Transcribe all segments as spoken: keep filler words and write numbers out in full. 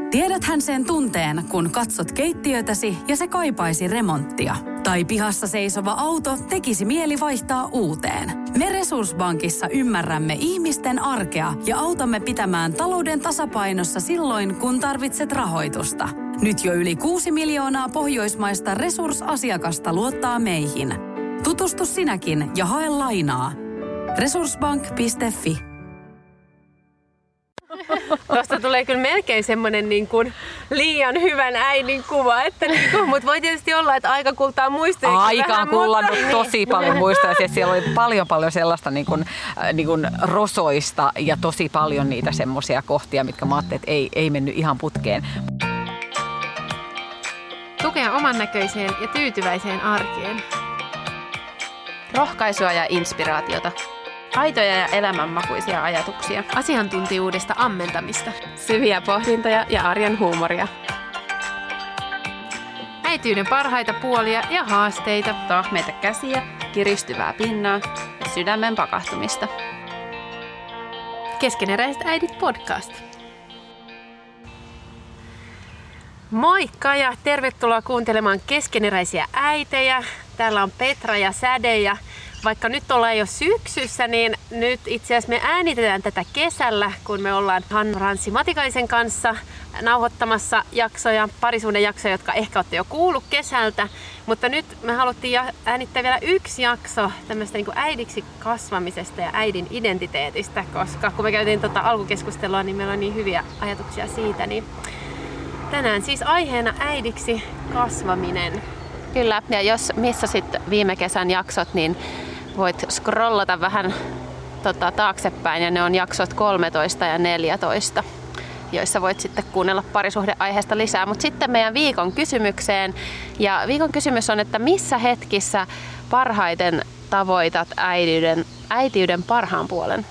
Tiedäthän sen tunteen, kun katsot keittiötäsi ja se kaipaisi remonttia. Tai pihassa seisova auto tekisi mieli vaihtaa uuteen. Me Resurssbankissa ymmärrämme ihmisten arkea ja autamme pitämään talouden tasapainossa silloin, kun tarvitset rahoitusta. Nyt jo yli kuusi miljoonaa pohjoismaista resursasiakasta luottaa meihin. Tutustu sinäkin ja hae lainaa. resurssbank piste fi. Tuosta tulee kyllä melkein semmoinen niin kuin liian hyvän äidin kuva, että niin kuin, mutta voi tietysti olla, että aika kultaa muistoja. Aika on kullannut mutta... tosi paljon muistoja. Siellä oli paljon paljon sellaista niin kuin, äh, niin kuin rosoista ja tosi paljon niitä semmoisia kohtia, mitkä mä ajattelin, että ei, ei mennyt ihan putkeen. Tukea oman näköiseen ja tyytyväiseen arkeen. Rohkaisua ja inspiraatiota. Aitoja ja elämänmakuisia ajatuksia. Asiantuntijuudesta ammentamista. Syviä pohdintoja ja arjen huumoria. Äityyden parhaita puolia ja haasteita. Tahmeita käsiä, kiristyvää pinnaa ja sydämen pakahtumista. Keskeneräiset äidit podcast. Moikka ja tervetuloa kuuntelemaan Keskeneräisiä äitejä. Täällä on Petra ja Säde ja vaikka nyt ollaan jo syksyssä, niin nyt itse asiassa me äänitetään tätä kesällä, kun me ollaan Hanna Ranssi Matikaisen kanssa nauhoittamassa jaksoja, parisuuden jaksoja, jotka ehkä olette jo kuullut kesältä. Mutta nyt me haluttiin äänittää vielä yksi jakso tämmöistä niin kuin äidiksi kasvamisesta ja äidin identiteetistä, koska kun me käytiin tota alkukeskustelua, niin meillä on niin hyviä ajatuksia siitä. Niin tänään siis aiheena äidiksi kasvaminen. Kyllä, ja jos missasit viime kesän jaksot, niin voit scrollata vähän tota, taaksepäin, ja ne on jaksot kolmetoista ja neljätoista, joissa voit sitten kuunnella parisuhdeaiheesta lisää. Mutta sitten meidän viikon kysymykseen, ja viikon kysymys on, että missä hetkissä parhaiten tavoitat äitiyden, äitiyden parhaan puolen?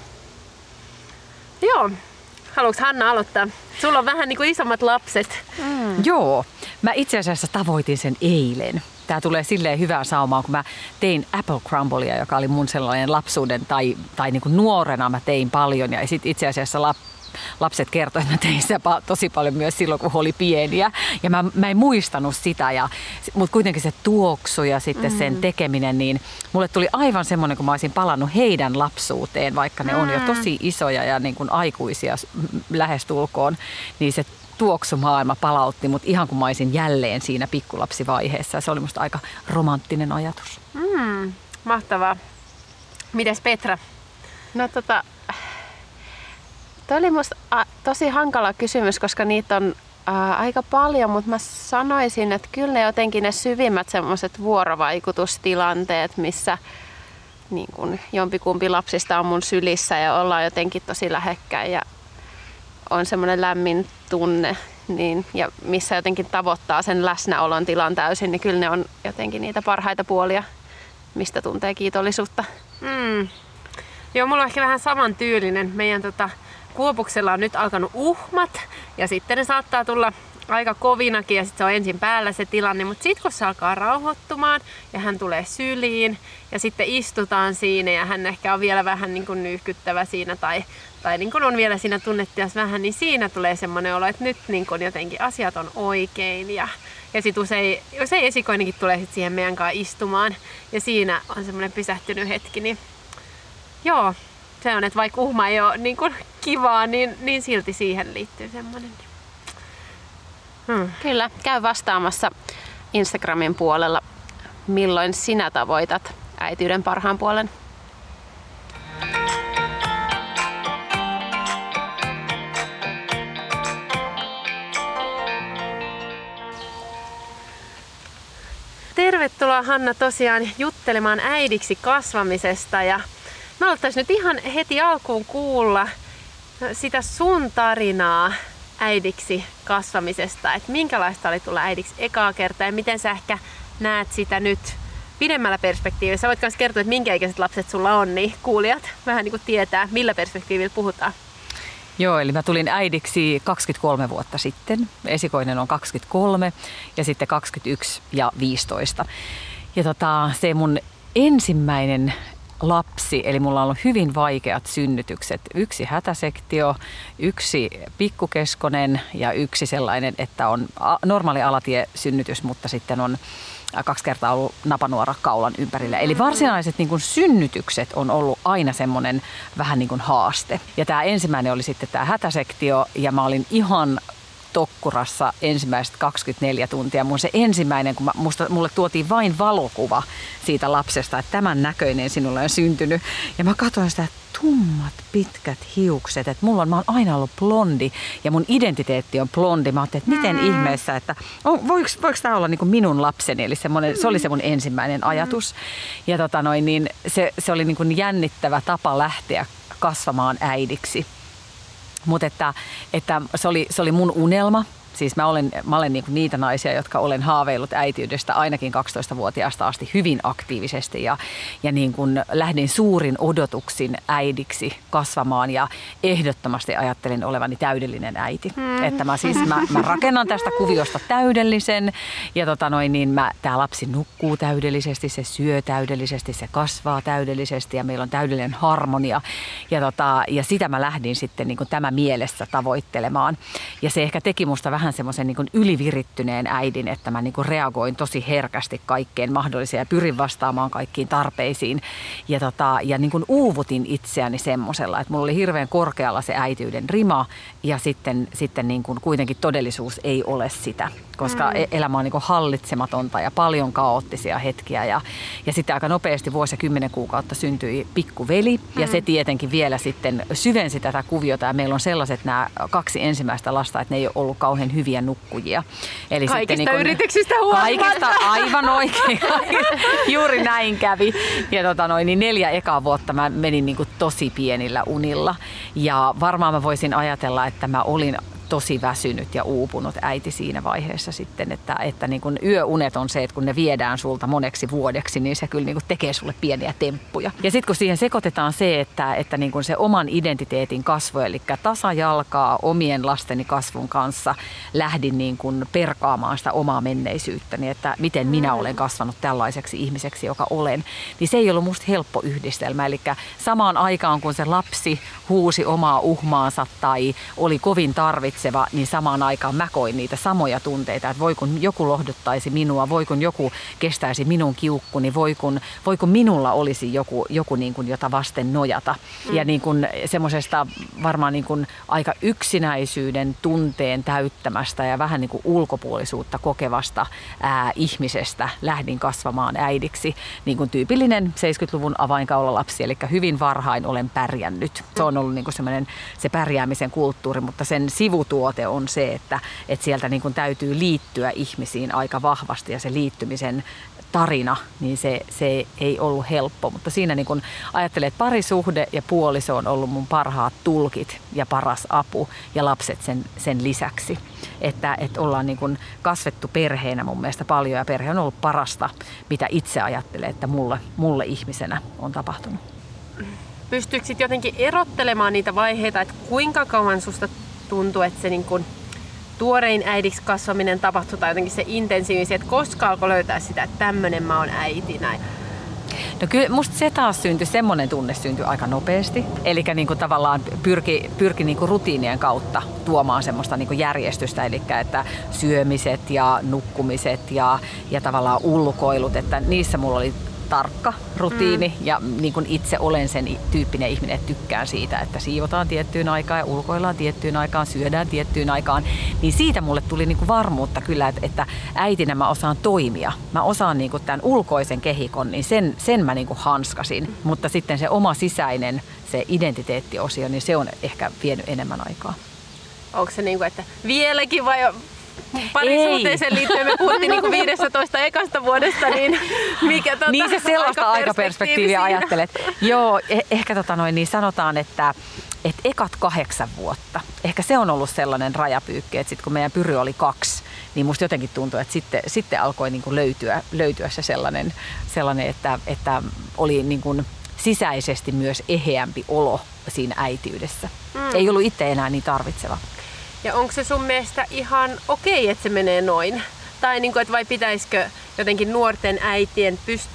Joo. Haluatko Hanna aloittaa? Sulla on vähän niin kuin isommat lapset. Mm. Joo. Mä itse asiassa tavoitin sen eilen. Tää tulee silleen hyvää saumaa, kun mä tein apple crumblea, joka oli mun sellainen lapsuuden tai, tai niin kuin nuorena mä tein paljon. Ja sit itse asiassa lap, lapset kertoi, että mä tein sitä tosi paljon myös silloin, kun he oli pieniä. Ja mä, mä en muistanut sitä, ja, mutta kuitenkin se tuoksu ja sitten mm. sen tekeminen, niin mulle tuli aivan semmoinen, kun mä olisin palannut heidän lapsuuteen, vaikka ne mm. on jo tosi isoja ja niin kuin aikuisia lähestulkoon, niin se tuoksumaailma palautti mut ihan kuin mä olisin jälleen siinä pikkulapsivaiheessa. Se oli musta aika romanttinen ajatus. Mm, mahtavaa. Mites Petra? No tota, toi oli musta a, tosi hankala kysymys, koska niitä on ä, aika paljon, mutta mä sanoisin, että kyllä ne jotenkin ne syvimmät semmoiset vuorovaikutustilanteet, missä niin kun jompikumpi lapsista on mun sylissä ja ollaan jotenkin tosi lähekkäin ja on semmoinen lämmin tunne, niin, ja missä jotenkin tavoittaa sen läsnäolon tilan täysin, niin kyllä ne on jotenkin niitä parhaita puolia, mistä tuntee kiitollisuutta. Mm. Joo, mulla on ehkä vähän samantyylinen. Meidän tota, Kuopuksella on nyt alkanut uhmat, ja sitten ne saattaa tulla aika kovinakin, ja sitten se on ensin päällä se tilanne, mutta sitten kun se alkaa rauhoittumaan, ja hän tulee syliin, ja sitten istutaan siinä, ja hän ehkä on vielä vähän niin kuin nyyhkyttävä siinä, tai tai niin kun on vielä siinä tunnettias vähän, niin siinä tulee semmoinen olo, että nyt niin kun jotenkin asiat on oikein. Ja, ja sitten usein, usein esikoinenkin tulee sit siihen meidän kanssa istumaan, ja siinä on semmoinen pysähtynyt hetki. Niin joo, se on, että vaikka uhma ei ole niin kun kivaa, niin, niin silti siihen liittyy semmoinen. Hmm. Kyllä, käy vastaamassa Instagramin puolella, milloin sinä tavoitat äitiyden parhaan puolen. Tervetuloa Hanna tosiaan juttelemaan äidiksi kasvamisesta, ja me aloittaisin nyt ihan heti alkuun kuulla sitä sun tarinaa äidiksi kasvamisesta, että minkälaista oli tulla äidiksi ekaa kertaa ja miten sä ehkä näet sitä nyt pidemmällä perspektiivillä. Sä voit myös kertoa, että minkä ikäiset lapset sulla on, niin kuulijat vähän niin kuin tietää, millä perspektiivillä puhutaan. Joo, eli mä tulin äidiksi kaksikymmentäkolme vuotta sitten. Esikoinen on kaksikymmentäkolme ja sitten kaksikymmentäyksi ja viisitoista. Ja tota, se mun ensimmäinen lapsi, eli mulla on ollut hyvin vaikeat synnytykset. Yksi hätäsektio, yksi pikkukeskonen ja yksi sellainen, että on normaali alatiesynnytys, mutta sitten on kaksi kertaa ollut napanuora kaulan ympärillä. Eli varsinaiset niin kuin synnytykset on ollut aina semmoinen vähän niin kuin haaste. Ja tämä ensimmäinen oli sitten tämä hätäsektio ja mä olin ihan tokkurassa ensimmäiset kaksikymmentäneljä tuntia. Mun se ensimmäinen, kun mä, musta, mulle tuotiin vain valokuva siitä lapsesta, että tämän näköinen sinulle on syntynyt. Ja mä katsoin sitä tummat, pitkät hiukset, että mulla on, mä oon aina ollut blondi ja mun identiteetti on blondi. Mä ajattelin, että miten mm. ihmeessä, että oh, voiko, voiko tämä olla niin kuin minun lapseni? Eli se oli se mun ensimmäinen ajatus. Ja tota noin, niin se, se oli niin kuin jännittävä tapa lähteä kasvamaan äidiksi. Mutta että, että se, oli, se oli mun unelma. Siis mä olen, mä olen niinku niitä naisia, jotka olen haaveillut äitiydestä ainakin kaksitoistavuotiaasta asti hyvin aktiivisesti. Ja, ja niin kun lähdin suurin odotuksin äidiksi kasvamaan ja ehdottomasti ajattelin olevani täydellinen äiti. Mm. Että mä siis mä, mä rakennan tästä kuviosta täydellisen ja tota noin, niin mä, tää lapsi nukkuu täydellisesti, se syö täydellisesti, se kasvaa täydellisesti ja meillä on täydellinen harmonia. Ja, tota, ja sitä mä lähdin sitten niin kun tämä mielessä tavoittelemaan. Ja se ehkä teki musta vähän semmoisen niin kuin ylivirittyneen äidin, että mä niin kuin reagoin tosi herkästi kaikkeen mahdolliseen ja pyrin vastaamaan kaikkiin tarpeisiin. Ja, tota, ja niin kuin uuvutin itseäni semmoisella, että mulla oli hirveän korkealla se äitiyden rima ja sitten, sitten niin kuin kuitenkin todellisuus ei ole sitä, koska mm. elämä on niin kuin hallitsematonta ja paljon kaoottisia hetkiä. Ja, ja sitten aika nopeasti vuosi ja kymmenen kuukautta syntyi pikkuveli mm. ja se tietenkin vielä sitten syvensi tätä kuviota ja meillä on sellaiset nämä kaksi ensimmäistä lasta, että ne ei ole ollut kauhean hyviä nukkujia. Eli kaikista sitten niin yrityksistä huolimatta. Kaikista aivan oikein. Juuri näin kävi. Ja tota noin, niin neljä ekaa vuotta mä menin niin kuin tosi pienillä unilla. Ja varmaan mä voisin ajatella, että mä olin tosi väsynyt ja uupunut äiti siinä vaiheessa sitten, että, että niin kun yöunet on se, että kun ne viedään sulta moneksi vuodeksi, niin se kyllä niin kun tekee sulle pieniä temppuja. Ja sitten kun siihen sekoitetaan se, että, että niin kun se oman identiteetin kasvu, eli tasajalkaa omien lasteni kasvun kanssa lähdin niin kun perkaamaan sitä omaa menneisyyttäni, että miten minä olen kasvanut tällaiseksi ihmiseksi, joka olen, niin se ei ollut musta helppo yhdistelmä. Eli samaan aikaan, kun se lapsi huusi omaa uhmaansa tai oli kovin tarvitseva, niin samaan aikaan mä koin niitä samoja tunteita, että voi kun joku lohduttaisi minua, voi kun joku kestäisi minun kiukkuni, voi kun, voi kun minulla olisi joku, joku niin kuin, jota vasten nojata. Mm. Ja niin kuin semmoisesta varmaan niin kuin aika yksinäisyyden tunteen täyttämästä ja vähän niin kuin ulkopuolisuutta kokevasta ää, ihmisestä lähdin kasvamaan äidiksi. Niin kuin tyypillinen seitsemänkymmentäluvun avainkaulalapsi, eli hyvin varhain olen pärjännyt. Se on ollut niin kuin semmoinen se pärjäämisen kulttuuri, mutta sen sivut tuote on se, että, että sieltä niin kuin täytyy liittyä ihmisiin aika vahvasti ja se liittymisen tarina, niin se, se ei ollut helppo. Mutta siinä niin kuin ajattelee, että parisuhde ja puoliso on ollut mun parhaat tulkit ja paras apu ja lapset sen, sen lisäksi. Että, että ollaan niin kuin kasvettu perheenä mun mielestä paljon ja perhe on ollut parasta, mitä itse ajattelee, että mulle, mulle ihmisenä on tapahtunut. Pystyykö sitten jotenkin erottelemaan niitä vaiheita, että kuinka kauan susta tuntuu, että se niin kuin tuorein äidiksi kasvaminen tapahtui tai jotenkin se intensiivisesti, että koska alkoi löytää sitä, että tämmöinen mä oon äiti näin? No kyllä musta se taas syntyi, semmoinen tunne syntyi aika nopeasti. Eli niin kuin tavallaan pyrki, pyrki niin kuin rutiinien kautta tuomaan semmoista niin kuin järjestystä. Eli että syömiset ja nukkumiset ja, ja tavallaan ulkoilut, että niissä mulla oli tarkka rutiini mm. ja niin kuin itse olen sen tyyppinen ihminen, että tykkään siitä, että siivotaan tiettyyn aikaan ja ulkoillaan tiettyyn aikaan, syödään tiettyyn aikaan, niin siitä mulle tuli niin kuin varmuutta kyllä, että, että äitinä mä osaan toimia. Mä osaan niin kuin tämän ulkoisen kehikon, niin sen, sen mä niin kuin hanskasin, mm. mutta sitten se oma sisäinen, se identiteettiosio, niin se on ehkä vienyt enemmän aikaa. Onko se niin kuin, että vieläkin vai parisuhteeseen liittyen me puhuttiin niin kuin viidestätoista ekasta vuodesta, niin mikä tota, niin se sellaista aikaperspektiiviä ajattelet. Joo, eh- ehkä tota noin, niin sanotaan, että et ekat kahdeksan vuotta. Ehkä se on ollut sellainen rajapyykki, että sit kun meidän Pyry oli kaksi, niin musta jotenkin tuntui, että sitten, sitten alkoi niin kuin löytyä, löytyä se sellainen, sellainen että, että oli niin kuin sisäisesti myös eheämpi olo siinä äitiydessä. Mm. Ei ollut itse enää niin tarvitseva. Ja onko se sun mielestä ihan okei, että se menee noin? Tai niin kuin, että vai pitäisikö jotenkin nuorten äitien pystyä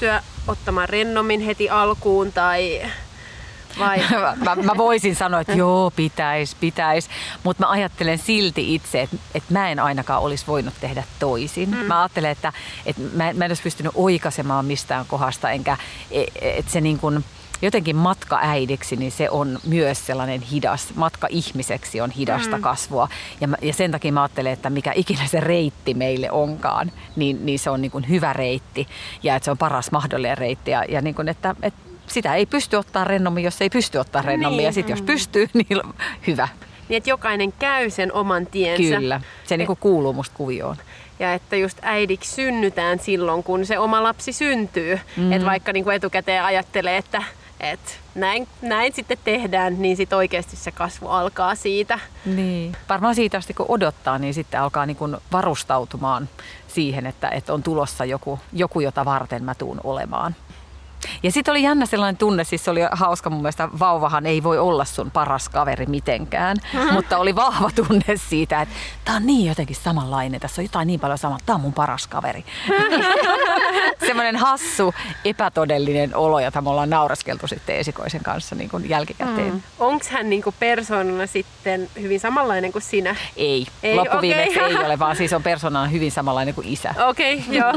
ottamaan rennommin heti alkuun tai vai? mä, mä voisin sanoa, että joo, pitäisi, pitäisi, mutta mä ajattelen silti itse, että, että mä en ainakaan olisi voinut tehdä toisin. Mm. Mä ajattelen, että, että mä, mä en olisi pystynyt oikaisemaan mistään kohdasta, enkä että se niin kuin jotenkin matka äidiksi, niin se on myös sellainen hidas, matka ihmiseksi on hidasta mm. kasvua. Ja, mä, ja sen takia mä ajattelen, että mikä ikinä se reitti meille onkaan, niin, niin se on niin kuin hyvä reitti ja että se on paras mahdollinen reitti. Ja, ja niin kuin, että, että sitä ei pysty ottaa rennommin, jos ei pysty ottaa rennommin. Niin. Ja sitten jos pystyy, niin hyvä. Niin, että jokainen käy sen oman tiensä. Kyllä, se niin kuin kuuluu musta kuvioon. Ja että just äidiksi synnytään silloin, kun se oma lapsi syntyy. Mm. Että vaikka niin kuin etukäteen ajattelee, että että näin, näin sitten tehdään, niin sitten oikeasti se kasvu alkaa siitä. Niin. Varmaan siitä asti kun odottaa, niin sitten alkaa niin kuin varustautumaan siihen, että, että on tulossa joku, joku, jota varten mä tuun olemaan. Ja sitten oli jännä sellainen tunne, siis se oli hauska mun mielestä, vauvahan ei voi olla sun paras kaveri mitenkään, mutta oli vahva tunne siitä, että tää on niin jotenkin samanlainen, tässä on jotain niin paljon samaa, tää on mun paras kaveri. Semmoinen hassu, epätodellinen olo, jota me ollaan nauraskeltu sitten esikoisen kanssa niin kuin jälkikäteen. Mm. Onko hän niin kuin persoonana sitten hyvin samanlainen kuin sinä? Ei, ei loppuviimeksi okay. ei ole, vaan siis on persoonana hyvin samanlainen kuin isä. Okei, okay, joo.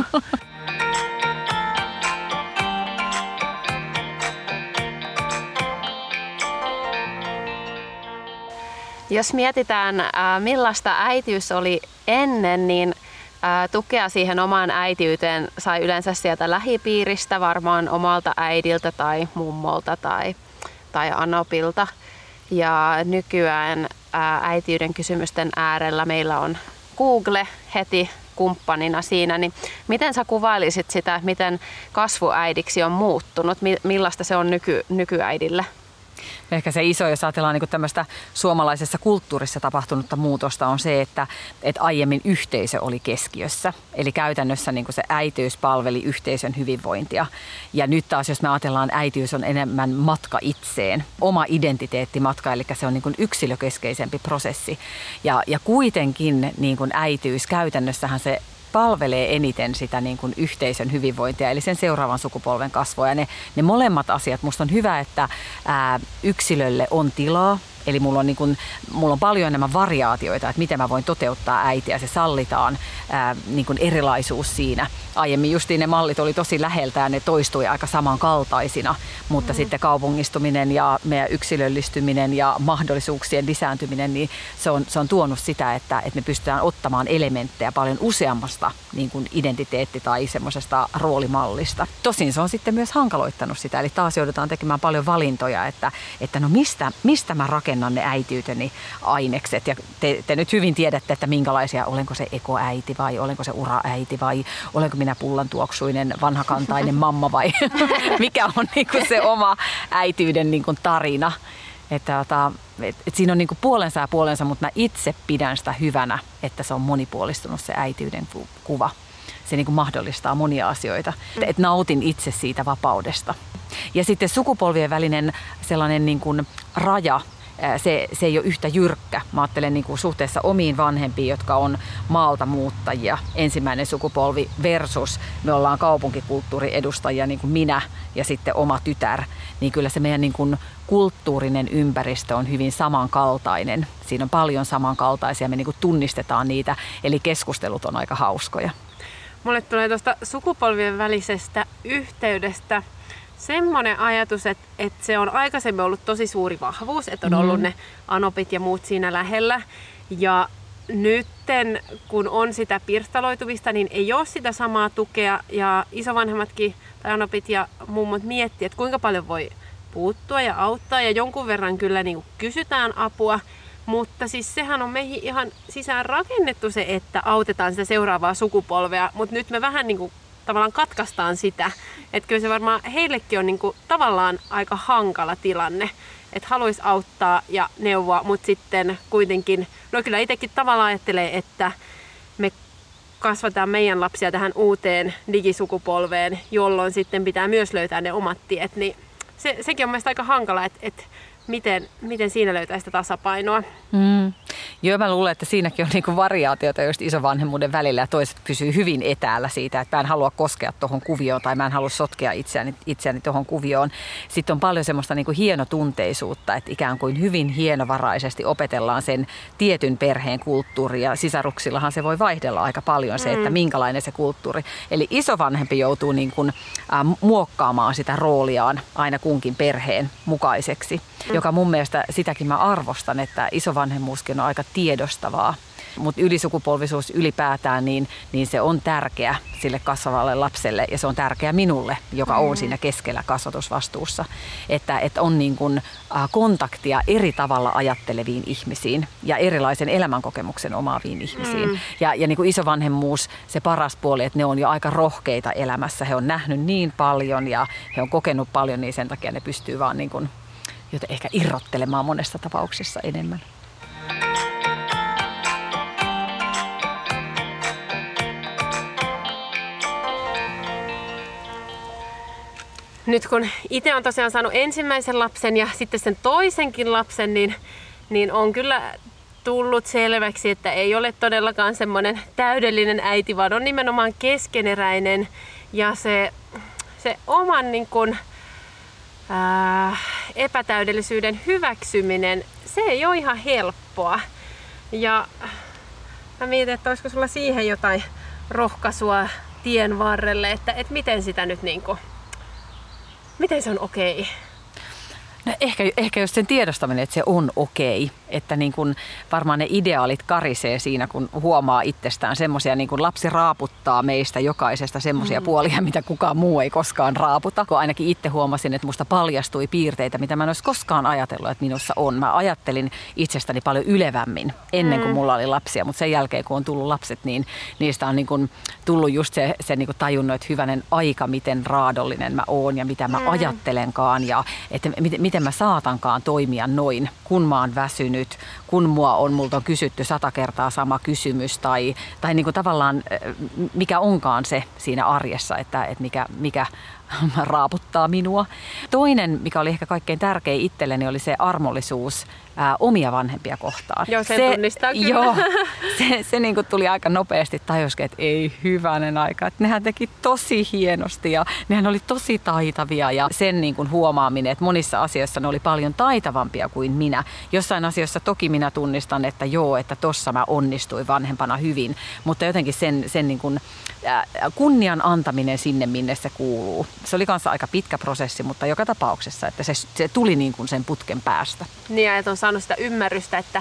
Jos mietitään, millaista äitiys oli ennen, niin tukea siihen omaan äitiyteen sai yleensä sieltä lähipiiristä, varmaan omalta äidiltä tai mummolta tai, tai anopilta. Ja nykyään äitiyden kysymysten äärellä meillä on Google heti kumppanina siinä. Niin miten sä kuvailisit sitä, miten kasvuäidiksi on muuttunut, millaista se on nyky, nykyäidille? Ehkä se iso, jos ajatellaan niin kuin tämmöistä suomalaisessa kulttuurissa tapahtunutta muutosta, on se, että, että aiemmin yhteisö oli keskiössä. Eli käytännössä niin kuin se äitiys palveli yhteisön hyvinvointia. Ja nyt taas, jos me ajatellaan, äitiys on enemmän matka itseen, oma identiteettimatka, eli se on niin kuin yksilökeskeisempi prosessi. Ja, ja kuitenkin niin kuin äitiys käytännössähän se palvelee eniten sitä niin kuin yhteisön hyvinvointia, eli sen seuraavan sukupolven kasvua. Ja ne, ne molemmat asiat, musta on hyvä, että ää, yksilölle on tilaa. Eli mulla on, niin kun, mulla on paljon enemmän variaatioita, että miten mä voin toteuttaa äitiä. Se sallitaan ää, niin kun erilaisuus siinä. Aiemmin justiin ne mallit oli tosi läheltä ja ne toistui aika samankaltaisina. Mutta mm. sitten kaupungistuminen ja meidän yksilöllistyminen ja mahdollisuuksien lisääntyminen, niin se on, se on tuonut sitä, että, että me pystytään ottamaan elementtejä paljon useammasta niin kun identiteetti- tai semmoisesta roolimallista. Tosin se on sitten myös hankaloittanut sitä. Eli taas joudutaan tekemään paljon valintoja, että, että no mistä, mistä mä rakennan ne äitiyteni ainekset. Ja te, te nyt hyvin tiedätte, että minkälaisia, olenko se ekoäiti vai olenko se uraäiti vai olenko minä pullantuoksuinen vanhakantainen mamma vai mikä on niin kuin se oma äitiyden niin kuin tarina. Että, et, et siinä on niin kuin puolensa ja puolensa, mutta mä itse pidän sitä hyvänä, että se on monipuolistunut se äitiyden kuva. Se niin kuin mahdollistaa monia asioita. Et nautin itse siitä vapaudesta. Ja sitten sukupolvien välinen sellainen niin kuin raja, Se, se ei ole yhtä jyrkkä. Mä ajattelen niin kuin suhteessa omiin vanhempiin, jotka on maalta muuttajia, ensimmäinen sukupolvi versus me ollaan kaupunkikulttuurin edustajia, niin kuin minä ja sitten oma tytär. Niin kyllä se meidän niin kuin kulttuurinen ympäristö on hyvin samankaltainen. Siinä on paljon samankaltaisia, me niin kuin tunnistetaan niitä, eli keskustelut on aika hauskoja. Mulle tulee tuosta sukupolvien välisestä yhteydestä semmoinen ajatus, että, että se on aikaisemmin ollut tosi suuri vahvuus, että on ollut mm. ne anopit ja muut siinä lähellä. Ja nytten, kun on sitä pirstaloitumista, niin ei ole sitä samaa tukea. Ja isovanhemmatkin tai anopit ja mummot miettii, että kuinka paljon voi puuttua ja auttaa. Ja jonkun verran kyllä niin kuin kysytään apua. Mutta siis sehän on meihin ihan sisään rakennettu se, että autetaan sitä seuraavaa sukupolvea. Mutta nyt me vähän niin kuin tavallaan katkaistaan sitä. Että kyllä se varmaan heillekin on niinku tavallaan aika hankala tilanne. Että haluaisi auttaa ja neuvoa, mutta sitten kuitenkin, no kyllä itsekin tavallaan ajattelee, että me kasvataan meidän lapsia tähän uuteen digisukupolveen, jolloin sitten pitää myös löytää ne omat tiet. Niin se, sekin on mielestäni aika hankala, että, että miten, miten siinä löytää sitä tasapainoa. Mm. Joo, mä luulen, että siinäkin on niinku variaatiota just isovanhemmuuden välillä ja toiset pysyy hyvin etäällä siitä, että mä en halua koskea tuohon kuvioon tai mä en halua sotkea itseäni, itseäni tuohon kuvioon. Sitten on paljon semmoista niinku hienotunteisuutta, että ikään kuin hyvin hienovaraisesti opetellaan sen tietyn perheen kulttuuri ja sisaruksillahan se voi vaihdella aika paljon se, että minkälainen se kulttuuri. Eli isovanhempi joutuu niin kuin, äh, muokkaamaan sitä rooliaan aina kunkin perheen mukaiseksi, mm. joka mun mielestä sitäkin mä arvostan, että isovanhemmuuskin on aika tiedostavaa. Mutta ylisukupolvisuus ylipäätään, niin, niin se on tärkeä sille kasvavalle lapselle ja se on tärkeä minulle, joka on siinä keskellä kasvatusvastuussa. Että, että on niin kun, äh, kontaktia eri tavalla ajatteleviin ihmisiin ja erilaisen elämänkokemuksen omaaviin ihmisiin. Mm. Ja, ja niin kuin isovanhemmuus, se paras puoli, että ne on jo aika rohkeita elämässä. He on nähnyt niin paljon ja he on kokenut paljon, niin sen takia ne pystyy vaan niin kun, joten ehkä irrottelemaan monessa tapauksessa enemmän. Nyt kun itse on tosiaan saanut ensimmäisen lapsen ja sitten sen toisenkin lapsen, niin, niin on kyllä tullut selväksi, että ei ole todellakaan semmoinen täydellinen äiti, vaan on nimenomaan keskeneräinen. Ja se, se oman niin kuin, ää, epätäydellisyyden hyväksyminen, se ei ole ihan helppoa. Ja mä mietin, että olisiko sulla siihen jotain rohkaisua tien varrelle, että, että miten sitä nyt niin kuin, miten se on okei? No ehkä, ehkä just sen tiedostaminen, että se on okei. Että niin kun varmaan ne ideaalit karisee siinä, kun huomaa itsestään semmoisia, niin kuin lapsi raaputtaa meistä jokaisesta semmoisia mm. puolia, mitä kukaan muu ei koskaan raaputa. Kun ainakin itse huomasin, että musta paljastui piirteitä, mitä mä en olisi koskaan ajatellut, että minussa on. Mä ajattelin itsestäni paljon ylevämmin ennen kuin mulla oli lapsia, mutta sen jälkeen, kun on tullut lapset, niin niistä on niin kuin tullut just se, se niin kuin tajunnut, että hyvänen aika, miten raadollinen mä oon ja mitä mä mm. ajattelenkaan ja että miten, miten mä saatankaan toimia noin, kun mä oon väsynyt. Nyt, kun mua on, multa on kysytty sata kertaa sama kysymys tai, tai niin kuin tavallaan mikä onkaan se siinä arjessa, että, että mikä, mikä raaputtaa minua. Toinen, mikä oli ehkä kaikkein tärkein itselleni, oli se armollisuus ää, omia vanhempia kohtaan. Joo, sen se, tunnistaa kyllä. Joo, se, se niin kuin tuli aika nopeasti tajuskin, että ei hyvänen aika. Että nehän teki tosi hienosti ja nehän oli tosi taitavia ja sen niin kuin huomaaminen, että monissa asioissa ne oli paljon taitavampia kuin minä. Jossain asioissa toki minä tunnistan, että joo, että tossa mä onnistuin vanhempana hyvin, mutta jotenkin sen, sen niin kuin, ää, kunnian antaminen sinne, minne se kuuluu. Se oli kanssa aika pitkä prosessi, mutta joka tapauksessa, että se, se tuli niin kuin sen putken päästä. Niin ja että on saanut sitä ymmärrystä, että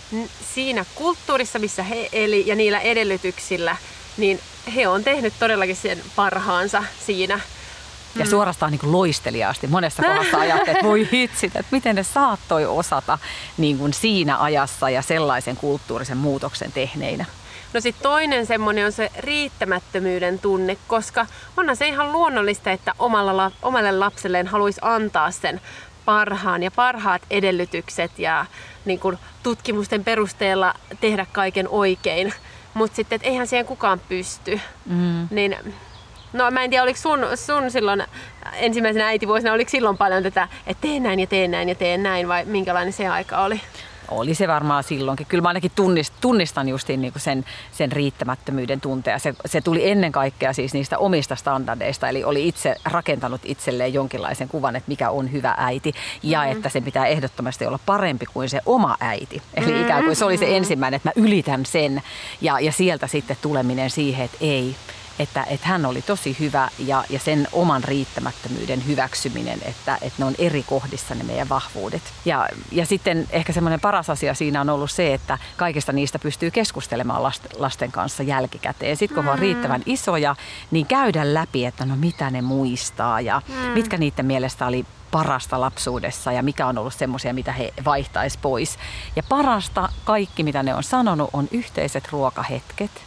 siinä kulttuurissa, missä he eli ja niillä edellytyksillä, niin he on tehnyt todellakin sen parhaansa siinä. Ja suorastaan niin kuin loisteliaasti. Monessa kohdassa ajattelee, että voi hitsit, että miten ne saattoi osata niin kuin siinä ajassa ja sellaisen kulttuurisen muutoksen tehneinä. No sitten toinen semmoinen on se riittämättömyyden tunne, koska onhan se ihan luonnollista, että omalla, omalle lapselleen haluaisi antaa sen parhaan ja parhaat edellytykset ja niin kuin tutkimusten perusteella tehdä kaiken oikein. Mutta sitten, että eihän siihen kukaan pysty. Mm. Niin, no mä en tiedä, oliko sun, sun silloin ensimmäisenä äitivuosina, oliko silloin paljon tätä, että teen näin ja teen näin ja teen näin vai minkälainen se aika oli? Oli se varmaan silloinkin. Kyllä mä ainakin tunnist, tunnistan justiin niin kuin sen, sen riittämättömyyden tuntea. Se, se tuli ennen kaikkea siis niistä omista standardeista, eli oli itse rakentanut itselleen jonkinlaisen kuvan, että mikä on hyvä äiti ja mm-hmm. että sen pitää ehdottomasti olla parempi kuin se oma äiti. Eli mm-hmm. ikään kuin se oli se ensimmäinen, että mä ylitän sen ja, ja sieltä sitten tuleminen siihen, että ei. Että, että hän oli tosi hyvä ja, ja sen oman riittämättömyyden hyväksyminen, että, että ne on eri kohdissa ne meidän vahvuudet. Ja, ja sitten ehkä semmoinen paras asia siinä on ollut se, että kaikista niistä pystyy keskustelemaan lasten, lasten kanssa jälkikäteen. Sitten kun mm. on riittävän isoja, niin käydä läpi, että no mitä ne muistaa ja mm. mitkä niiden mielestä oli parasta lapsuudessa ja mikä on ollut semmoisia, mitä he vaihtaisi pois. Ja parasta kaikki, mitä ne on sanonut, on yhteiset ruokahetket. Mm.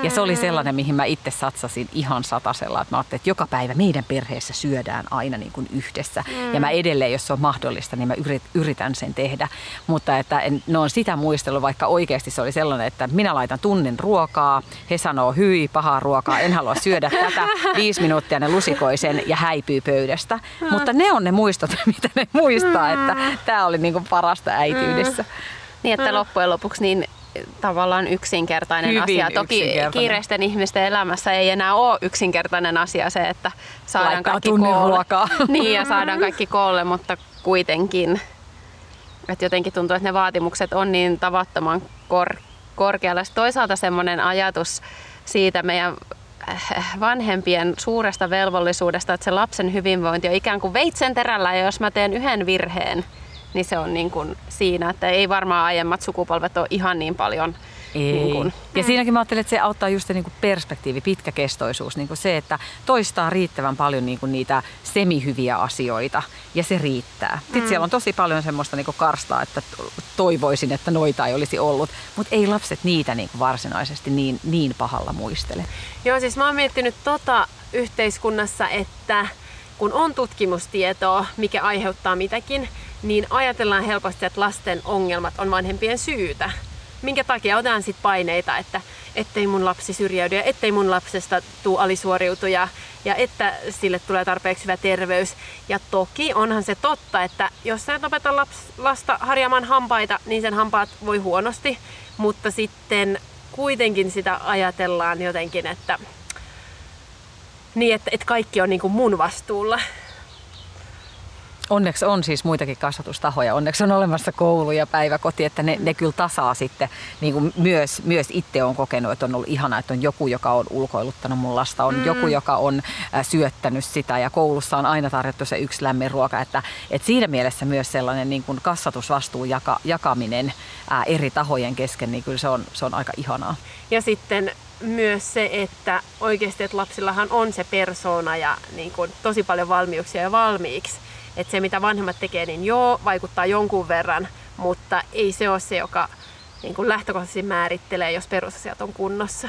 Ja se oli sellainen, mihin mä itse satsasin ihan satasella. Että mä ajattelin, että joka päivä meidän perheessä syödään aina niin kuin yhdessä. Mm. Ja mä edelleen, jos se on mahdollista, niin mä yritän sen tehdä. Mutta että en, ne on sitä muistellut, vaikka oikeasti se oli sellainen, että minä laitan tunnin ruokaa. He sanoo hyi, pahaa ruokaa, en halua syödä tätä. Viisi minuuttia ne lusikoi sen ja häipyy pöydästä. Mm. Mutta ne on ne muistot, mitä ne muistaa, mm. että tämä oli niin kuin parasta äitiydessä. Mm. Niin, että loppujen lopuksi niin tavallaan yksinkertainen Hyvin asia. Toki yksinkertainen. kiireisten ihmisten elämässä ei enää ole yksinkertainen asia se, että saadaan laittaa kaikki tunnin koolle. ruokaa. Niin, ja saadaan kaikki koolle, mutta kuitenkin. Että jotenkin tuntuu, että ne vaatimukset on niin tavattoman kor- korkealla. Toisaalta semmoinen ajatus siitä meidän vanhempien suuresta velvollisuudesta, että se lapsen hyvinvointi on ikään kuin veitsenterällä, ja jos mä teen yhden virheen, niin se on niin kuin siinä, että ei varmaan aiemmat sukupolvet ole ihan niin paljon. Ei. Niin kuin. Ja siinäkin mä ajattelen, että se auttaa just se niin kuin perspektiivi, pitkäkestoisuus, niin kuin se, että toistaa riittävän paljon niin kuin niitä semihyviä asioita ja se riittää. Sitten mm. siellä on tosi paljon semmoista niin kuin karstaa, että toivoisin, että noita ei olisi ollut, mutta ei lapset niitä niin kuin varsinaisesti niin, niin pahalla muistele. Joo, siis mä oon miettinyt tota yhteiskunnassa, että kun on tutkimustietoa, mikä aiheuttaa mitäkin, niin ajatellaan helposti, että lasten ongelmat on vanhempien syytä. Minkä takia otetaan sitten paineita, että ettei mun lapsi syrjäydy ja ettei mun lapsesta tule alisuoriutuja ja että sille tulee tarpeeksi hyvä terveys. Ja toki onhan se totta, että jos sä et opeta laps, lasta harjaamaan hampaita, niin sen hampaat voi huonosti, mutta sitten kuitenkin sitä ajatellaan jotenkin, että, niin, että, että kaikki on niin kuin mun vastuulla. Onneksi on siis muitakin kasvatustahoja, onneksi on olemassa koulu ja päiväkoti, että ne, ne kyllä tasaa sitten, niin kuin myös, myös itse olen kokenut, että on ollut ihanaa, että on joku, joka on ulkoiluttanut mun lasta, on mm. joku, joka on äh, syöttänyt sitä ja koulussa on aina tarjottu se yksi lämmin ruoka, että, että siinä mielessä myös sellainen niin kuin kasvatusvastuun jaka, jakaminen äh, eri tahojen kesken, niin kyllä se on, se on aika ihanaa. Ja sitten myös se, että oikeasti että lapsillahan on se persoona ja niin kuin, tosi paljon valmiuksia ja valmiiksi. Että se, mitä vanhemmat tekee, niin joo, vaikuttaa jonkun verran, mutta ei se ole se, joka niin kuin lähtökohtaisesti määrittelee, jos perusasiat on kunnossa.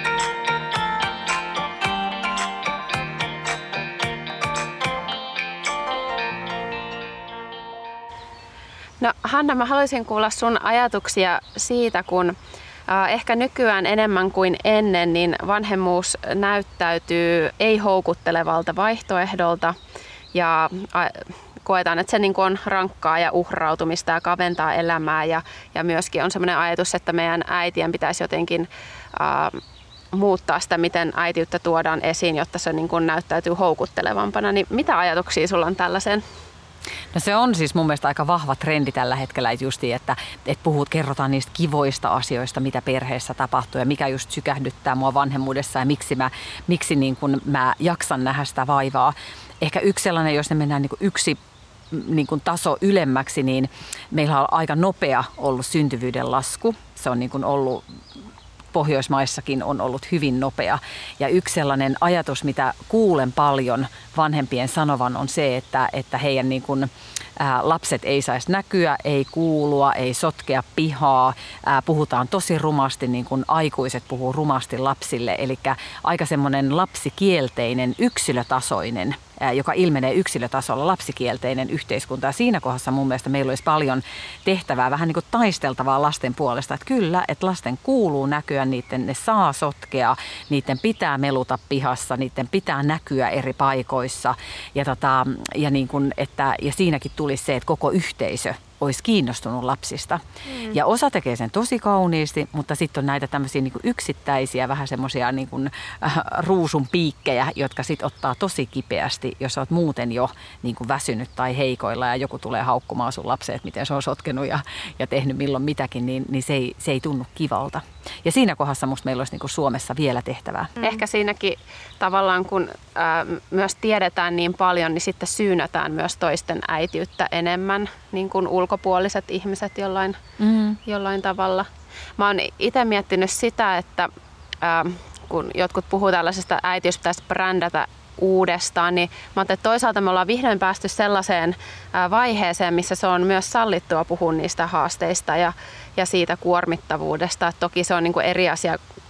No Hanna, mä haluaisin kuulla sun ajatuksia siitä, kun äh, ehkä nykyään enemmän kuin ennen, niin vanhemmuus näyttäytyy ei-houkuttelevalta vaihtoehdolta. Ja koetaan, että se niin kuin on rankkaa ja uhrautumista ja kaventaa elämää. Ja, ja myöskin on sellainen ajatus, että meidän äitien pitäisi jotenkin äh, muuttaa sitä, miten äitiyttä tuodaan esiin, jotta se niin kuin näyttäytyy houkuttelevampana. Niin mitä ajatuksia sulla on tällaisen? No se on siis mun mielestä aika vahva trendi tällä hetkellä, että, justi, että, että puhut, kerrotaan niistä kivoista asioista, mitä perheessä tapahtuu ja mikä just sykähdyttää mua vanhemmuudessa ja miksi mä, miksi niin kun mä jaksan nähdä sitä vaivaa. Ehkä yksi sellainen, jos ne mennään niin kuin yksi niin kuin taso ylemmäksi, niin meillä on aika nopea ollut syntyvyyden lasku. Se on niin kuin ollut Pohjoismaissakin on ollut hyvin nopea. Ja yksi sellainen ajatus, mitä kuulen paljon vanhempien sanovan, on se, että, että heidän niin kuin, ää, lapset ei saisi näkyä, ei kuulua, ei sotkea pihaa. Ää, puhutaan tosi rumasti, niin kuin aikuiset puhuu rumasti lapsille. Eli aika semmoinen lapsikielteinen, yksilötasoinen, ää, joka ilmenee yksilötasolla, lapsikielteinen yhteiskunta. Ja siinä kohdassa mun mielestä meillä olisi paljon tehtävää, vähän niin kuin taisteltavaa lasten puolesta. Että kyllä, että lasten kuuluu näkyä, niiden ne saa sotkea, niiden pitää meluta pihassa, niiden pitää näkyä eri paikoissa. Ja, tota, ja, niin kuin, että, ja siinäkin tulisi se, että koko yhteisö olisi kiinnostunut lapsista. Mm. Ja osa tekee sen tosi kauniisti, mutta sitten on näitä tämmöisiä niin kuin yksittäisiä, vähän semmoisia niin kuin, äh, ruusun piikkejä, jotka sitten ottaa tosi kipeästi, jos olet muuten jo niin kuin väsynyt tai heikoilla ja joku tulee haukkumaan sun lapseen, että miten se on sotkenut ja, ja tehnyt milloin mitäkin, niin, niin se, ei, se ei tunnu kivalta. Ja siinä kohdassa musta meillä olisi niin kuin Suomessa vielä tehtävää. Mm. Ehkä siinäkin tavallaan, kun äh, myös tiedetään niin paljon, niin sitten syynätään myös toisten äitiyttä enemmän, niin kuin ulkopuoliset ihmiset jollain, mm. jollain tavalla. Mä oon itse miettinyt sitä, että äh, kun jotkut puhuu tällaisesta äitiys pitäisi brändätä uudestaan, niin mä ajattelin, että toisaalta me ollaan vihdoin päästy sellaiseen vaiheeseen, missä se on myös sallittua puhua niistä haasteista ja, ja siitä kuormittavuudesta. Et toki se on niin kuin eri asia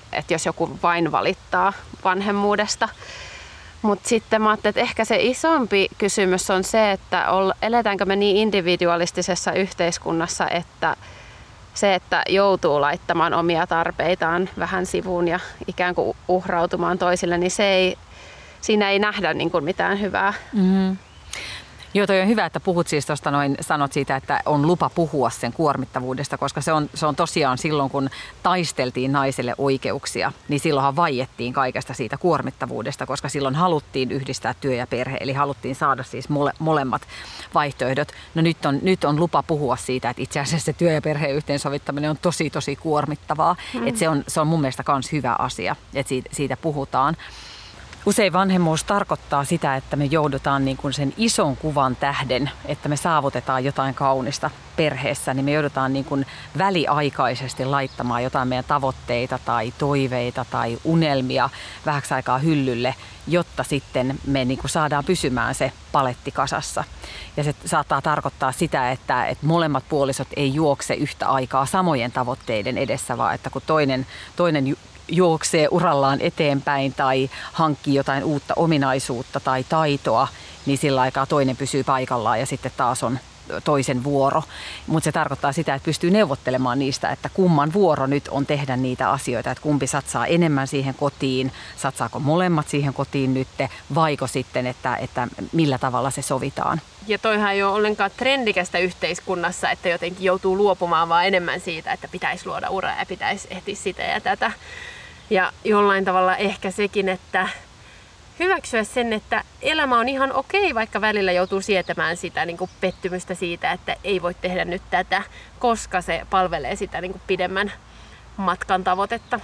että jos joku vain valittaa vanhemmuudesta. Mutta sitten mä ajattelin, että ehkä se isompi kysymys on se, että eletäänkö me niin individualistisessa yhteiskunnassa, että se, että joutuu laittamaan omia tarpeitaan vähän sivuun ja ikään kuin uhrautumaan toisille, niin se ei, siinä ei nähdä niin kuin mitään hyvää. Mm-hmm. Joo, toi on hyvä, että puhut siis tuosta noin, sanot siitä, että on lupa puhua sen kuormittavuudesta, koska se on, se on tosiaan silloin, kun taisteltiin naiselle oikeuksia, niin silloinhan vaiettiin kaikesta siitä kuormittavuudesta, koska silloin haluttiin yhdistää työ ja perhe, eli haluttiin saada siis mole, molemmat vaihtoehdot. No nyt on, nyt on lupa puhua siitä, että itse asiassa se työ ja perheen yhteensovittaminen on tosi, tosi kuormittavaa, mm. että se on, se on mun mielestä myös hyvä asia, että siitä, siitä puhutaan. Usein vanhemmuus tarkoittaa sitä, että me joudutaan niin kuin sen ison kuvan tähden, että me saavutetaan jotain kaunista perheessä, niin me joudutaan niin kuin väliaikaisesti laittamaan jotain meidän tavoitteita tai toiveita tai unelmia vähäksi aikaa hyllylle, jotta sitten me niin kuin saadaan pysymään se paletti kasassa. Ja se saattaa tarkoittaa sitä, että, että molemmat puolisot ei juokse yhtä aikaa samojen tavoitteiden edessä, vaan että kun toinen, toinen juoksee urallaan eteenpäin tai hankkii jotain uutta ominaisuutta tai taitoa, niin sillä aikaa toinen pysyy paikallaan ja sitten taas on toisen vuoro. Mutta se tarkoittaa sitä, että pystyy neuvottelemaan niistä, että kumman vuoro nyt on tehdä niitä asioita, että kumpi satsaa enemmän siihen kotiin, satsaako molemmat siihen kotiin nyt, vaiko sitten, että, että millä tavalla se sovitaan. Ja toihan ei ole ollenkaan trendikästä yhteiskunnassa, että jotenkin joutuu luopumaan vaan enemmän siitä, että pitäisi luoda uraa ja pitäisi ehtiä sitä ja tätä. Ja jollain tavalla ehkä sekin, että hyväksyä sen, että elämä on ihan okei, vaikka välillä joutuu sietämään sitä niin kuin pettymystä siitä, että ei voi tehdä nyt tätä, koska se palvelee sitä niin kuin pidemmän matkan tavoitetta.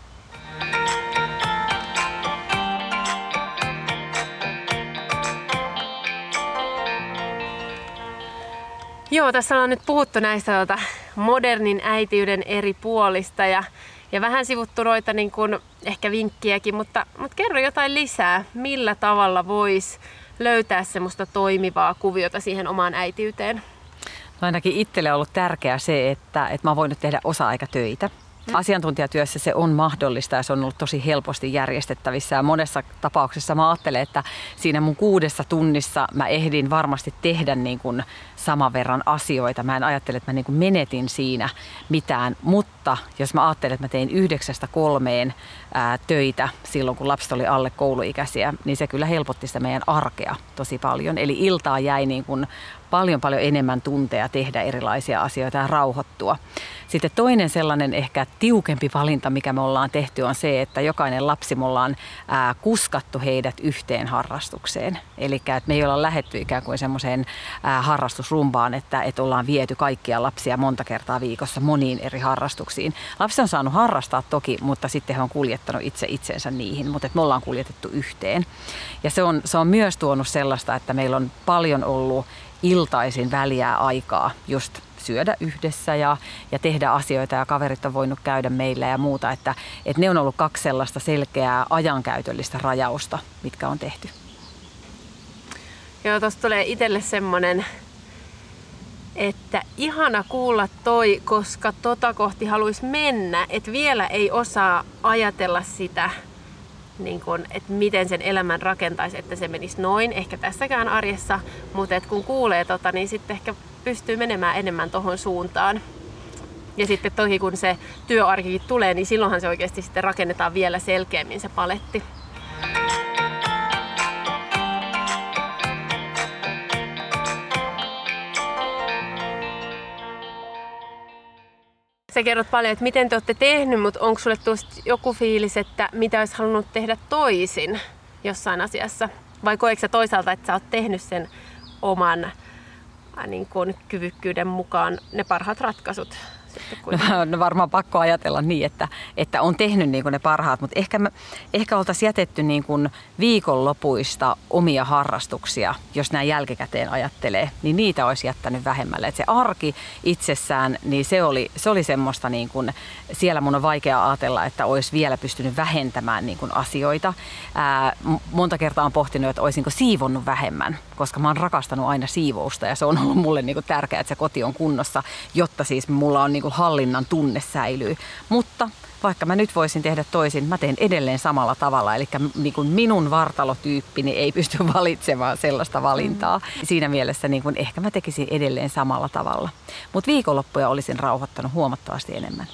Joo, tässä ollaan nyt puhuttu näistä tuota, modernin äitiyden eri puolista ja, ja vähän sivuttu noita niin kuin, ehkä vinkkiäkin, mutta, mutta kerro jotain lisää, millä tavalla voisi löytää semmoista toimivaa kuviota siihen omaan äitiyteen? No ainakin itselle on ollut tärkeää se, että, että mä oon voinut tehdä osa-aikatöitä. Asiantuntijatyössä se on mahdollista ja se on ollut tosi helposti järjestettävissä ja monessa tapauksessa mä ajattelen, että siinä mun kuudessa tunnissa mä ehdin varmasti tehdä niin kuin saman verran asioita. Mä en ajattele, että mä niin kuin menetin siinä mitään, mutta jos mä ajattelen, että mä tein yhdeksästä kolmeen ää, töitä silloin, kun lapset oli alle kouluikäisiä, niin se kyllä helpotti sitä meidän arkea tosi paljon. Eli iltaa jäi niin kuin paljon paljon enemmän tunteja tehdä erilaisia asioita ja rauhoittua. Sitten toinen sellainen ehkä tiukempi valinta, mikä me ollaan tehty, on se, että jokainen lapsi me ollaan ää, kuskattu heidät yhteen harrastukseen. Eli että me ei olla lähdetty ikään kuin semmoiseen ää, harrastusrumbaan, että, että ollaan viety kaikkia lapsia monta kertaa viikossa moniin eri harrastuksiin. Lapsi on saanut harrastaa toki, mutta sitten he on kuljettanut itse itsensä niihin, mutta me ollaan kuljetettu yhteen. Ja se on, se on myös tuonut sellaista, että meillä on paljon ollut iltaisin väliä aikaa just syödä yhdessä ja, ja tehdä asioita ja kaverit on voinut käydä meillä ja muuta. Että, että ne on ollut kaksi sellaista selkeää ajankäytöllistä rajausta, mitkä on tehty. Joo, tuossa tulee itselle semmoinen, että ihana kuulla toi, koska tota kohti haluaisi mennä, että vielä ei osaa ajatella sitä, niin kun, että miten sen elämän rakentaisi, että se menisi noin, ehkä tässäkään arjessa, mutta että kun kuulee tota, niin sitten ehkä pystyy menemään enemmän tohon suuntaan. Ja sitten toki kun se työarkikin tulee, niin silloinhan se oikeasti sitten rakennetaan vielä selkeämmin se paletti. Sä kerrot paljon, että miten te olette tehnyt, mutta onko sulle tuosta joku fiilis, että mitä olisi halunnut tehdä toisin jossain asiassa? Vai koetko sä toisaalta, että sä oot tehnyt sen oman niin kuin, kyvykkyyden mukaan ne parhaat ratkaisut? No, no varmaan pakko ajatella niin, että, että on tehnyt niin kuin ne parhaat, mutta ehkä, me, ehkä oltaisiin jätetty niin kuin viikonlopuista omia harrastuksia, jos näin jälkikäteen ajattelee, niin niitä olisi jättänyt vähemmälle. Et se arki itsessään, niin se oli, se oli semmoista, niin kuin, siellä mun on vaikea ajatella, että olisi vielä pystynyt vähentämään niin kuin asioita. Ää, monta kertaa on pohtinut, että olisi niin kuin siivonnut vähemmän, koska mä oon rakastanut aina siivousta ja se on ollut mulle niinku tärkeää, että se koti on kunnossa, jotta siis mulla on niinku hallinnan tunne säilyy. Mutta vaikka mä nyt voisin tehdä toisin, mä teen edelleen samalla tavalla. Eli niin kuin minun vartalotyyppini ei pysty valitsemaan sellaista valintaa. Mm. Siinä mielessä niin kuin ehkä mä tekisin edelleen samalla tavalla. Mutta viikonloppuja olisin rauhoittanut huomattavasti enemmän.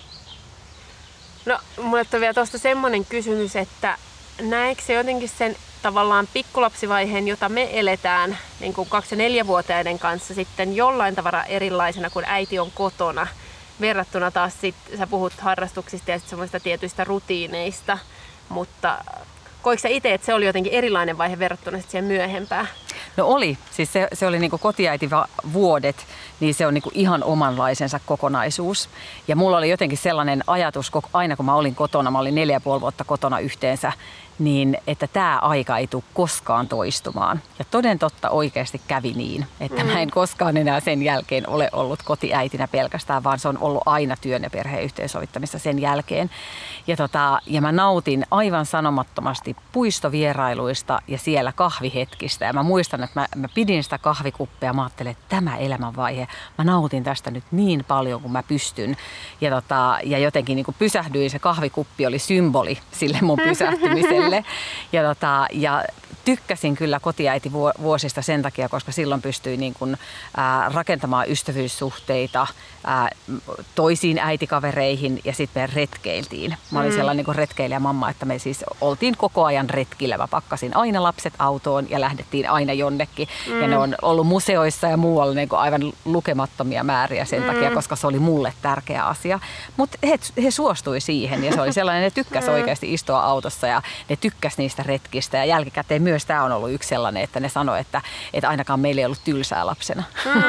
No, mulle on vielä tuosta semmoinen kysymys, että näetkö se jotenkin sen tavallaan pikkulapsivaiheen, jota me eletään niin kuin kaksi- ja neljävuotiaiden kanssa sitten jollain tavalla erilaisena, kun äiti on kotona? Verrattuna taas sit, sä puhut harrastuksista ja sit semmoista tietyistä rutiineista, mutta koitko sä itse, että se oli jotenkin erilainen vaihe verrattuna sit siihen myöhempään? No oli. Siis se, se oli niinku kotiäitivuodet, niin se on niinku ihan omanlaisensa kokonaisuus. Ja mulla oli jotenkin sellainen ajatus, aina kun mä olin kotona, mä olin neljä ja puoli vuotta kotona yhteensä, niin että tämä aika ei tule koskaan toistumaan. Ja toden totta oikeasti kävi niin, että mm. mä en koskaan enää sen jälkeen ole ollut kotiäitinä pelkästään, vaan se on ollut aina työn ja perheen yhteensovittamista sen jälkeen. Ja, tota, ja mä nautin aivan sanomattomasti puistovierailuista ja siellä kahvihetkistä. Ja mä muistan, että mä, mä pidin sitä kahvikuppia, mä ajattelin, että tämä elämänvaihe, mä nautin tästä nyt niin paljon kuin mä pystyn. Ja, tota, ja jotenkin niin kuin pysähdyin, se kahvikuppi oli symboli sille mun pysähtymiselle. Ja, tota, ja tykkäsin kyllä kotiäitivuosista sen takia, koska silloin pystyi niin kuin, ää, rakentamaan ystävyyssuhteita ää, toisiin äitikavereihin ja sitten me retkeiltiin. Mä olin mm. sellainen niin kuin retkeilijämamma, että me siis oltiin koko ajan retkillä. Mä pakkasin aina lapset autoon ja lähdettiin aina jonnekin. Mm. Ja ne on ollut museoissa ja muualla niin kuin aivan lukemattomia määriä sen mm. takia, koska se oli mulle tärkeä asia. Mutta he, he suostui siihen ja se oli sellainen, ne tykkäsi mm. oikeasti istua autossa ja ne tykkäsi niistä retkistä ja jälkikäteen myös tämä on ollut yksi sellainen, että ne sanoi, että, että ainakaan meillä ei ollut tylsää lapsena. Mm.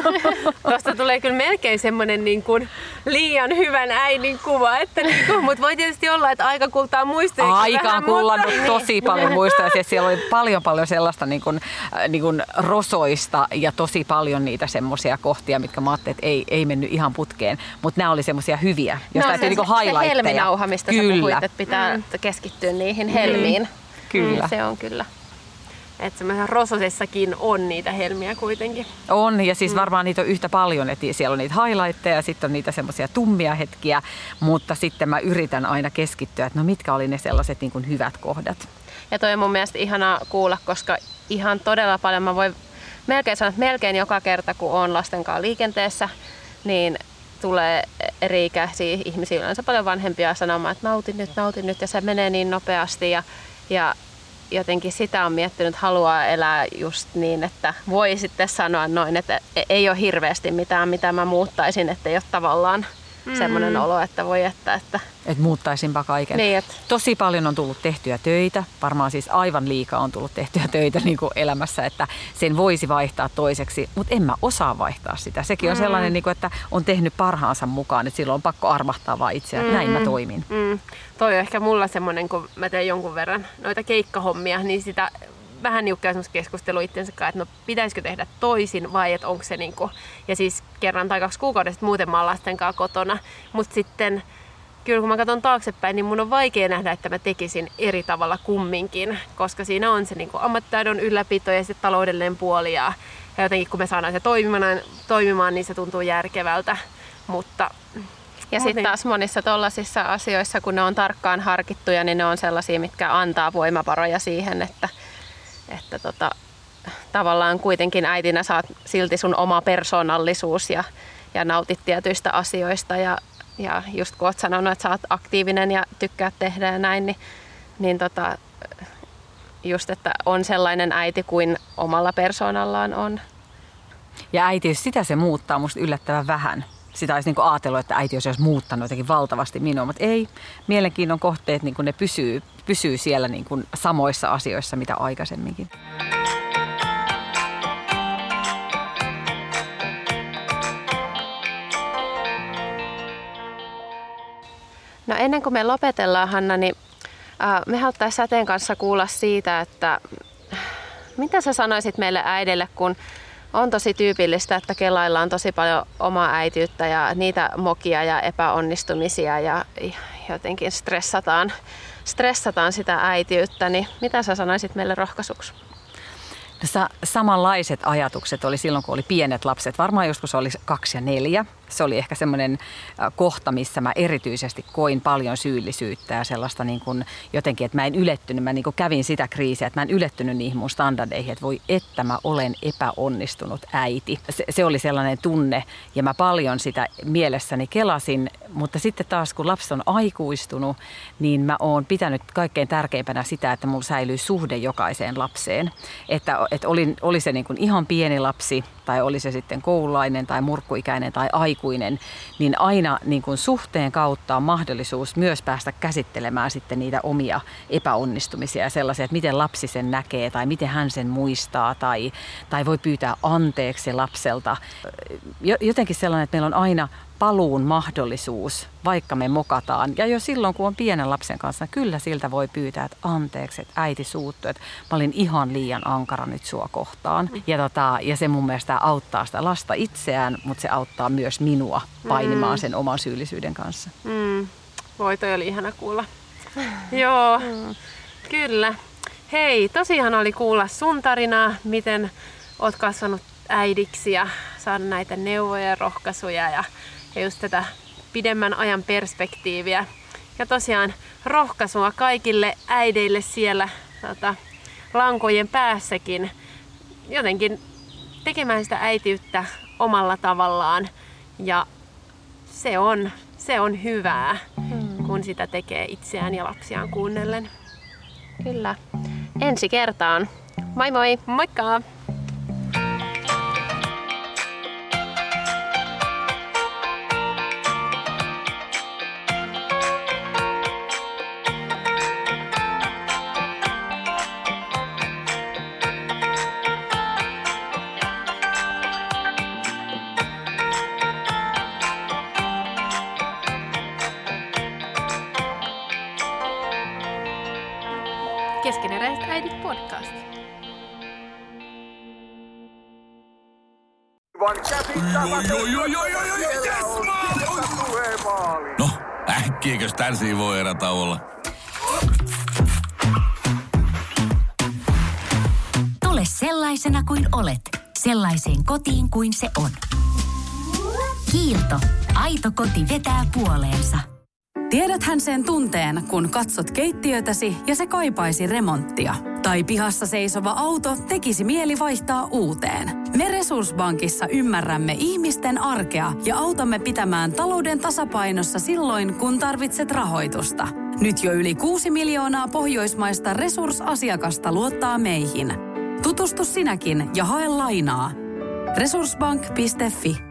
Tuosta tulee kyllä melkein semmoinen niin kuin liian hyvän äidin kuva, että niin kuin, mutta voi tietysti olla, että aika kultaa muistoja. Aika on kullannut mutta... tosi paljon muistoja. Siellä oli paljon paljon sellaista niin kuin, niin kuin rosoista ja tosi paljon niitä semmoisia kohtia, mitkä mä ajattelin, että ei, ei mennyt ihan putkeen, mutta nämä oli semmoisia hyviä, jos no, täytyy niin kuin highlightteja. Se helminauha, mistä kyllä. sä puhuit, että pitää mm. keskittyä niihin helmiin. Mm. Kyllä. Mm, se on kyllä. Että semmoisessa rososessakin on niitä helmiä kuitenkin. On, ja siis varmaan niitä on yhtä paljon, että siellä on niitä highlightteja ja sitten on niitä semmoisia tummia hetkiä, mutta sitten mä yritän aina keskittyä, että no mitkä oli ne sellaiset niin kuin hyvät kohdat. Ja toi on mun mielestä ihanaa kuulla, koska ihan todella paljon mä voin melkein sanoa, että melkein joka kerta kun oon lasten kanssa liikenteessä, niin tulee eri-ikäisiä ihmisiä, yleensä paljon vanhempia sanomaan, että nautin nyt, nautin nyt ja se menee niin nopeasti ja, ja jotenkin sitä on miettinyt, että haluaa elää just niin, että voi sitten sanoa noin, että ei ole hirveästi mitään, mitä mä muuttaisin, että ei ole tavallaan mm. semmoinen olo, että voi että... Että et muuttaisinpa kaiken. Niin, et... Tosi paljon on tullut tehtyä töitä, varmaan siis aivan liikaa on tullut tehtyä töitä niin kuin elämässä, että sen voisi vaihtaa toiseksi, mutta en mä osaa vaihtaa sitä. Sekin on mm. sellainen, niin kuin, että on tehnyt parhaansa mukaan, että silloin on pakko armahtaa vaan itseään, että mm. näin mä toimin. Mm. Toi on ehkä mulla semmoinen, kun mä teen jonkun verran noita keikkahommia, niin sitä vähän niukkaa semmoista keskustelua itsensä kanssa, että no pitäisikö tehdä toisin vai että onko se niinku, ja siis kerran tai kaksi kuukaudesta muuten mä oon lasten kanssa kotona, mutta sitten kyllä kun mä katson taaksepäin, niin mun on vaikea nähdä, että mä tekisin eri tavalla kumminkin, koska siinä on se niinku ammattitaidon ylläpito ja sitten taloudellinen puoli ja, ja jotenkin kun me saadaan se toimimaan, toimimaan, niin se tuntuu järkevältä, mutta... Ja sitten taas monissa tollaisissa asioissa, kun ne on tarkkaan harkittuja, niin ne on sellaisia, mitkä antaa voimavaroja siihen, että, että tota, tavallaan kuitenkin äitinä saat silti sun oma persoonallisuus ja, ja nautit tietyistä asioista. Ja, ja just kun oot sanonut, että sä oot aktiivinen ja tykkäät tehdä ja näin, niin, niin tota, just, että on sellainen äiti kuin omalla persoonallaan on. Ja äitiys, sitä se muuttaa musta yllättävän vähän. Sitä olisi niin kuin ajatellut, että äiti olisi muuttanut jotenkin valtavasti minua, mutta ei. Mielenkiinnon kohteet niin kuin ne pysyy, pysyy siellä niin kuin samoissa asioissa, mitä aikaisemminkin. No ennen kuin me lopetellaan, Hanna, niin äh, me haluttaisiin Säteen kanssa kuulla siitä, että mitä sä sanoisit meille äidille, kun on tosi tyypillistä, että kelaillaan tosi paljon omaa äitiyttä ja niitä mokia ja epäonnistumisia ja jotenkin stressataan, stressataan sitä äitiyttä, niin mitä sä sanoisit meille rohkaisuksi? No, sa- samanlaiset ajatukset oli silloin, kun oli pienet lapset. Varmaan joskus oli kaksi ja neljä. Se oli ehkä semmoinen kohta, missä mä erityisesti koin paljon syyllisyyttä ja sellaista niin kuin jotenkin, että mä en ylettynyt. Mä niin kuin kävin sitä kriisiä, että mä en ylettynyt niihin mun standardeihin, että voi että mä olen epäonnistunut äiti. Se, se oli sellainen tunne ja mä paljon sitä mielessäni kelasin, mutta sitten taas kun lapsi on aikuistunut, niin mä oon pitänyt kaikkein tärkeimpänä sitä, että mulla säilyy suhde jokaiseen lapseen. Että, että oli, oli se niin kuin ihan pieni lapsi tai oli se sitten koululainen tai murkkuikäinen tai aikuinen, niin aina niin kuin suhteen kautta on mahdollisuus myös päästä käsittelemään sitten niitä omia epäonnistumisia ja sellaisia, että miten lapsi sen näkee tai miten hän sen muistaa tai, tai voi pyytää anteeksi lapselta. Jotenkin sellainen, että meillä on aina paluun mahdollisuus, vaikka me mokataan. Ja jo silloin, kun on pienen lapsen kanssa, kyllä siltä voi pyytää, että anteeksi, että äiti suuttui, että mä olin ihan liian ankara nyt sua kohtaan. Ja, tota, ja se mun mielestä auttaa sitä lasta itseään, mutta se auttaa myös minua painimaan mm. sen oman syyllisyyden kanssa. Mm. Voi, toi oli ihana kuulla. Joo, mm. kyllä. Hei, tosiaan oli kuulla sun tarinaa, miten oot kasvanut äidiksi ja saada näitä neuvoja ja rohkaisuja ja, ja just tätä pidemmän ajan perspektiiviä. Ja tosiaan rohkaisua kaikille äideille siellä tota, lankojen päässäkin jotenkin tekemään sitä äitiyttä omalla tavallaan. Ja se on, se on hyvää, hmm. kun sitä tekee itseään ja lapsiaan kuunnellen. Kyllä. Ensi kertaan. Moi moi! Moikka! Keskeneräiset äidit podcast. No, äkkiäkös tän voi erätä olla? Tule sellaisena kuin olet, sellaiseen kotiin kuin se on. Kiilto. Aito koti vetää puoleensa. Tiedäthän sen tunteen, kun katsot keittiötäsi ja se kaipaisi remonttia. Tai pihassa seisova auto tekisi mieli vaihtaa uuteen. Me Resurssbankissa ymmärrämme ihmisten arkea ja autamme pitämään talouden tasapainossa silloin, kun tarvitset rahoitusta. Nyt jo yli kuusi miljoonaa pohjoismaista resursasiakasta luottaa meihin. Tutustu sinäkin ja hae lainaa. resurssbank piste fi